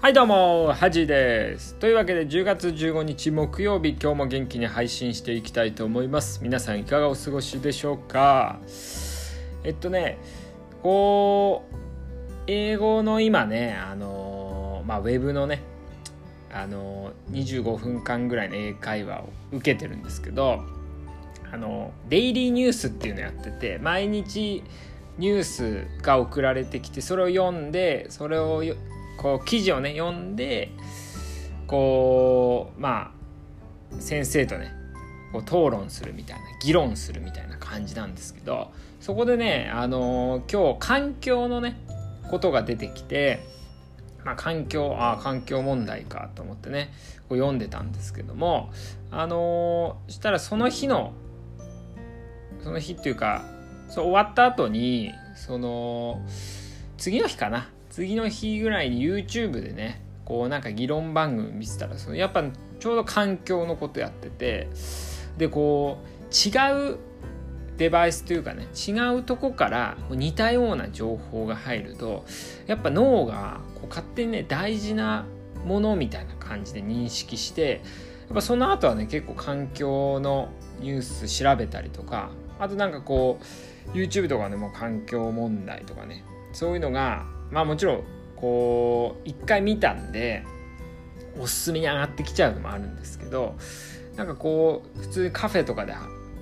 はいどうもハジです。というわけで10月15日木曜日、今日も元気に配信していきたいと思います。皆さんいかがお過ごしでしょうか。英語の今ねウェブのね25分間ぐらいの英会話を受けてるんですけど、デイリーニュースっていうのやってて、毎日ニュースが送られてきて、それを読んで、それを記事をね読んで、先生とね討論するみたいな、議論するみたいな感じなんですけど、そこでね今日環境のねことが出てきて、環境問題かと思ってね読んでたんですけども、そしたらその日っていうか、終わった後に次の日ぐらいに YouTube でね議論番組見てたら、やっぱちょうど環境のことやってて、で違うデバイスというかね、違うとこから似たような情報が入ると、やっぱ脳が勝手にね大事なものみたいな感じで認識して、やっぱその後はね結構環境のニュース調べたりとか、あとYouTube とかでも環境問題とかね、そういうのがもちろん一回見たんでおすすめに上がってきちゃうのもあるんですけど、普通にカフェとかで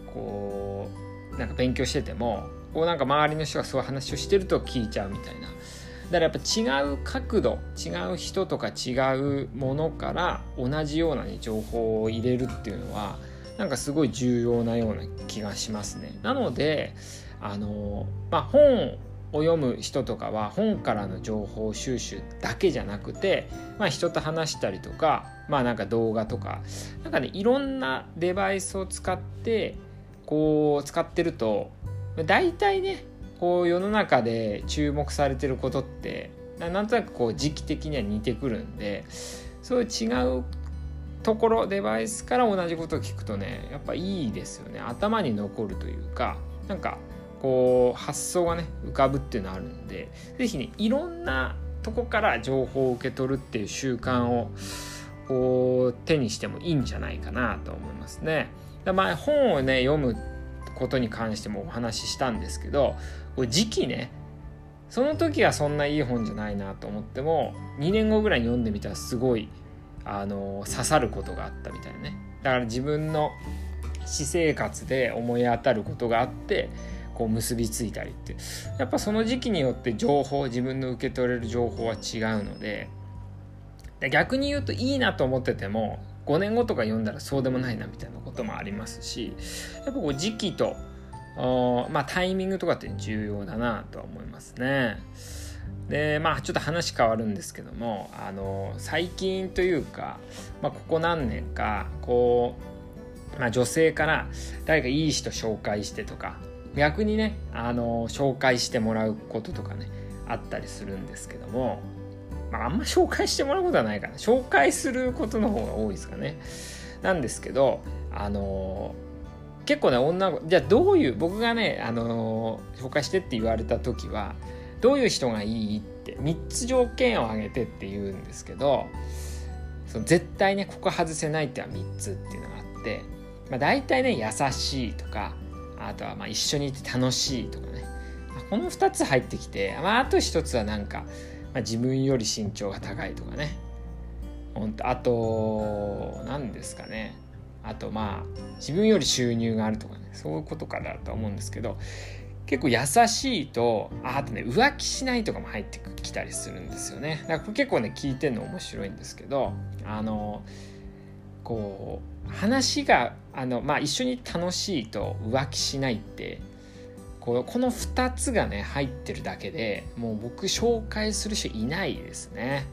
勉強してても周りの人がそういう話をしてると聞いちゃうみたいな。だからやっぱ違う角度、違う人とか違うものから同じような、情報を入れるっていうのはすごい重要なような気がしますね。なので本を読む人とかは本からの情報収集だけじゃなくて、人と話したりとか、動画とかいろんなデバイスを使ってると、大体ね世の中で注目されてることってなんとなく時期的には似てくるんで、そういう違うところ、デバイスから同じことを聞くとね、やっぱいいですよね。頭に残るというか、発想がね浮かぶっていうのがあるんで、ぜひねいろんなとこから情報を受け取るっていう習慣を手にしてもいいんじゃないかなと思いますね。本をね読むことに関してもお話ししたんですけど、時期ね、その時はそんないい本じゃないなと思っても、2年後ぐらいに読んでみたらすごい刺さることがあったみたいなね。だから自分の私生活で思い当たることがあって結びついたりって、やっぱその時期によって自分の受け取れる情報は違うので、逆に言うといいなと思ってても5年後とか読んだらそうでもないなみたいなこともありますし、やっぱ時期とタイミングとかって重要だなとは思いますね。でちょっと話変わるんですけども、最近というか、ここ何年か女性から誰かいい人紹介してとか、逆にね紹介してもらうこととかねあったりするんですけども、あんま紹介してもらうことはないかな、紹介することの方が多いですかね。なんですけど結構ね女の子、じゃあ僕がね紹介してって言われた時はどういう人がいいって3つ条件を挙げてって言うんですけど、絶対ねここ外せないっては3つっていうのがあって、大体ね優しいとか、あとは一緒にいて楽しいとかね、この2つ入ってきて、あと1つは自分より身長が高いとかね、あと何ですかね、あと自分より収入があるとかね、そういうことからだと思うんですけど、結構優しいと、あとね浮気しないとかも入ってきたりするんですよね。だから結構ね聞いてるの面白いんですけど、話が一緒に楽しいと浮気しないって、この2つがね入ってるだけでもう僕紹介する人いないですね。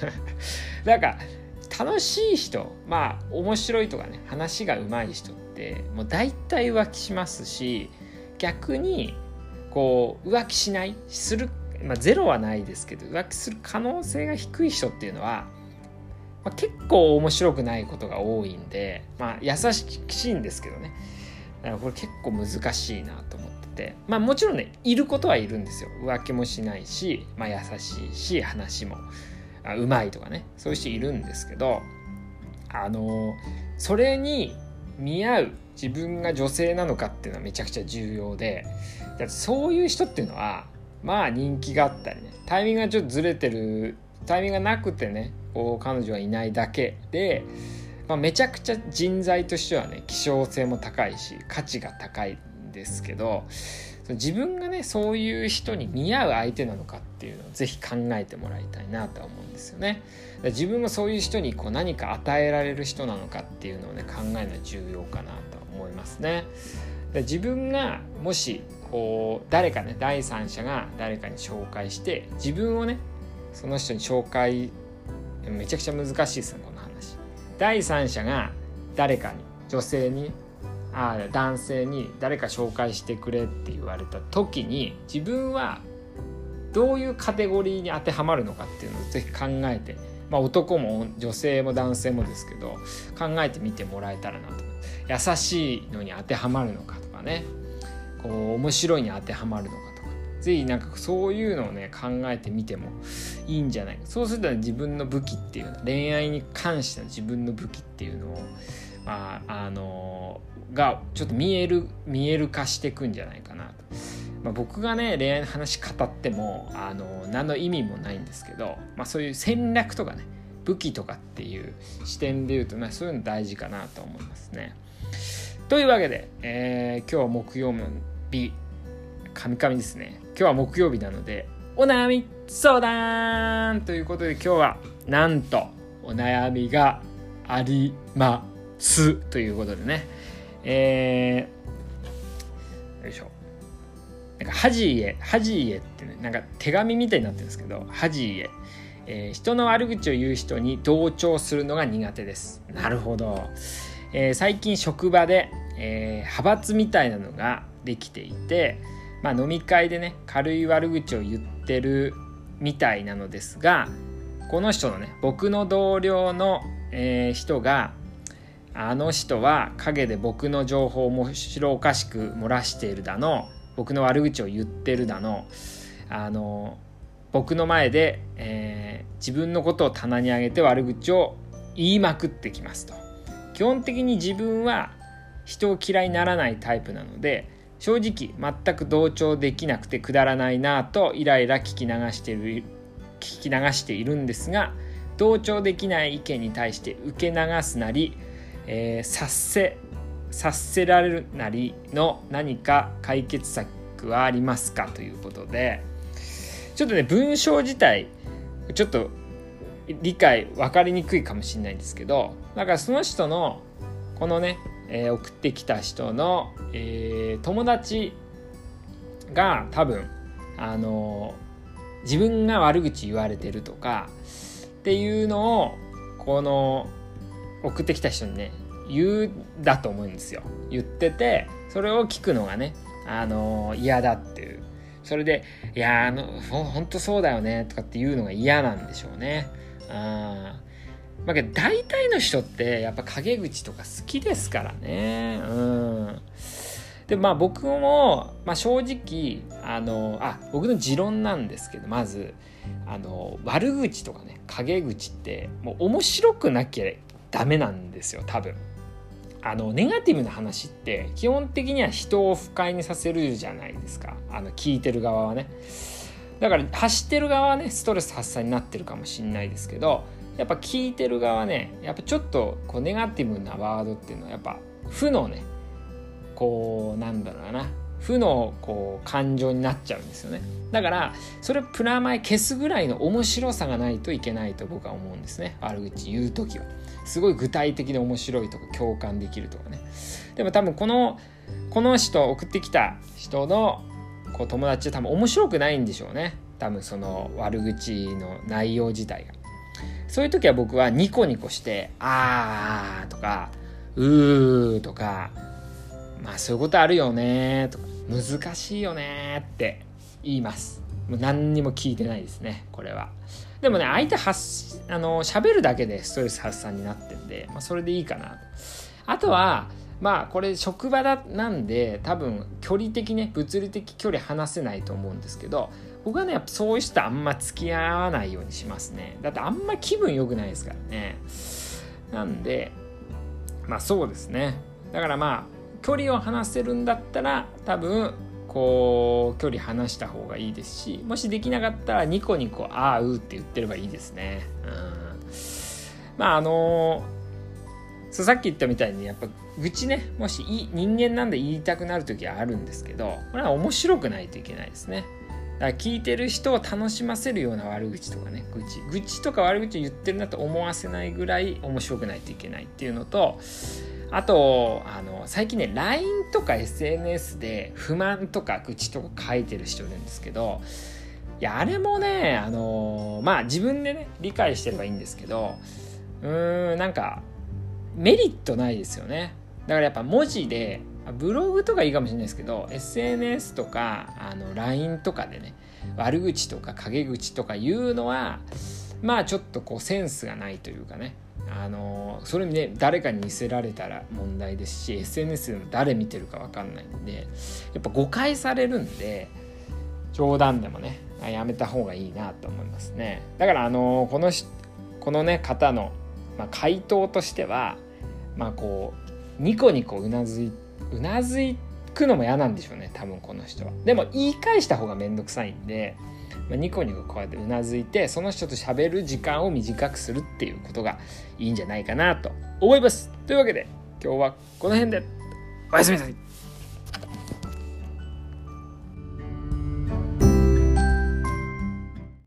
楽しい人、面白いとかね話が上手い人ってもう大体浮気しますし、逆に浮気しないする、ゼロはないですけど浮気する可能性が低い人っていうのは、結構面白くないことが多いんで、優しいんですけどね、だからこれ結構難しいなと思ってて、もちろんねいることはいるんですよ。浮気もしないし、優しいし話もうまいとかね、そういう人いるんですけど、それに見合う自分が女性なのかっていうのはめちゃくちゃ重要で、だってそういう人っていうのはまあ人気があったりね、タイミングがちょっとずれてる、タイミングがなくてねこう彼女はいないだけで、めちゃくちゃ人材としてはね希少性も高いし価値が高いんですけど、自分がねそういう人に見合う相手なのかっていうのをぜひ考えてもらいたいなと思うんですよね。自分もそういう人にこう何か与えられる人なのかっていうのをね考えるのは重要かなと思いますね。自分がもしこう誰かね第三者が誰かに紹介して自分をねその人に紹介、めちゃくちゃ難しいですねこの話。第三者が誰かに女性に男性に誰か紹介してくれって言われた時に自分はどういうカテゴリーに当てはまるのかっていうのをぜひ考えて、男も女性も男性もですけど考えてみてもらえたらなと。優しいのに当てはまるのかとかね、こう面白いに当てはまるのかとか、ぜひなんかそういうのをね考えてみてもいいんじゃないか。そうすると、自分の武器っていう恋愛に関しての自分の武器っていうのをがちょっと見える化していくんじゃないかなと。僕がね恋愛の話語っても何の意味もないんですけど、そういう戦略とかね武器とかっていう視点で言うとねそういうの大事かなと思いますね。というわけで、今日は木曜日カミカミですね。今日は木曜日なのでお悩み相談ということで、今日はなんとお悩みがありますということでね、よいしょ。なんかハジーエってね、なんか手紙みたいになってるんですけど、ハジーエ、人の悪口を言う人に同調するのが苦手です。なるほど。最近職場で、派閥みたいなのができていて、飲み会でね軽い悪口を言ってるみたいなのですが、この人のね僕の同僚の、人があの人は陰で僕の情報を面白おかしく漏らしているだの、僕の悪口を言ってるだの、僕の前で、自分のことを棚に上げて悪口を言いまくってきますと。基本的に自分は人を嫌いにならないタイプなので、正直全く同調できなくてくだらないなとイライラ聞き流しているんですが、同調できない意見に対して受け流すなり、察せられるなりの何か解決策はありますかということで、ちょっとね文章自体ちょっと理解分かりにくいかもしれないんですけど、だからその人のこのね、送ってきた人の、友達が多分自分が悪口言われてるとかっていうのをこの送ってきた人にね言うんだと思うんですよ。言ってて、それを聞くのがね嫌だっていう、それでいやほんとそうだよねとかっていうのが嫌なんでしょうね。けど大体の人ってやっぱ陰口とか好きですからね。で僕も、正直僕の持論なんですけど、まず悪口とかね陰口ってもう面白くなきゃダメなんですよ多分。ネガティブな話って基本的には人を不快にさせるじゃないですか、聞いてる側はね。だから発してる側はねストレス発散になってるかもしれないですけど、やっぱ聞いてる側はねやっぱちょっとこうネガティブなワードっていうのはやっぱ負のねこう負のこう感情になっちゃうんですよね。だからそれをプラマイ消すぐらいの面白さがないといけないと僕は思うんですね。悪口言うときはすごい具体的で面白いとか共感できるとかね。でも多分この人送ってきた人のこう友達は多分面白くないんでしょうね。多分その悪口の内容自体が。そういう時は僕はニコニコしてあーとかうーとかそういうことあるよねとか難しいよねって言います。もう何にも聞いてないですねこれは。でもね相手喋るだけでストレス発散になってんで、それでいいかな。あとはまあこれ職場なんで多分距離的ね、物理的距離離せないと思うんですけど、僕はねやっぱそういう人あんま付き合わないようにしますね。だってあんま気分良くないですからね。なんでまあそうですね。だからまあ距離を離せるんだったら多分こう距離離した方がいいですし、もしできなかったらニコニコああうって言ってればいいですね。まあさっき言ったみたいにやっぱ愚痴ね、もし人間なんで言いたくなる時はあるんですけど、これは面白くないといけないですね。だから聞いてる人を楽しませるような悪口とかね、愚痴とか悪口を言ってるなと思わせないぐらい面白くないといけないっていうのと、あと最近ね LINE とか SNS で不満とか愚痴とか書いてる人いるんですけど、いやあれもねまあ自分でね理解してればいいんですけど、なんかメリットないですよね。だからやっぱ文字でブログとかいいかもしれないですけど SNS とかLINE とかでね悪口とか陰口とか言うのはまあちょっとこうセンスがないというかね、それにね誰かに見せられたら問題ですし SNS でも誰見てるか分かんないんでやっぱ誤解されるんで、冗談でもねやめた方がいいなと思いますね。だからこのね方の、回答としてはこうニコニコうなずくのも嫌なんでしょうね多分この人は。でも言い返した方がめんどくさいんで、ニコニコこうやってうなずいてその人と喋る時間を短くするっていうことがいいんじゃないかなと思います。というわけで今日はこの辺でおやすみなさい。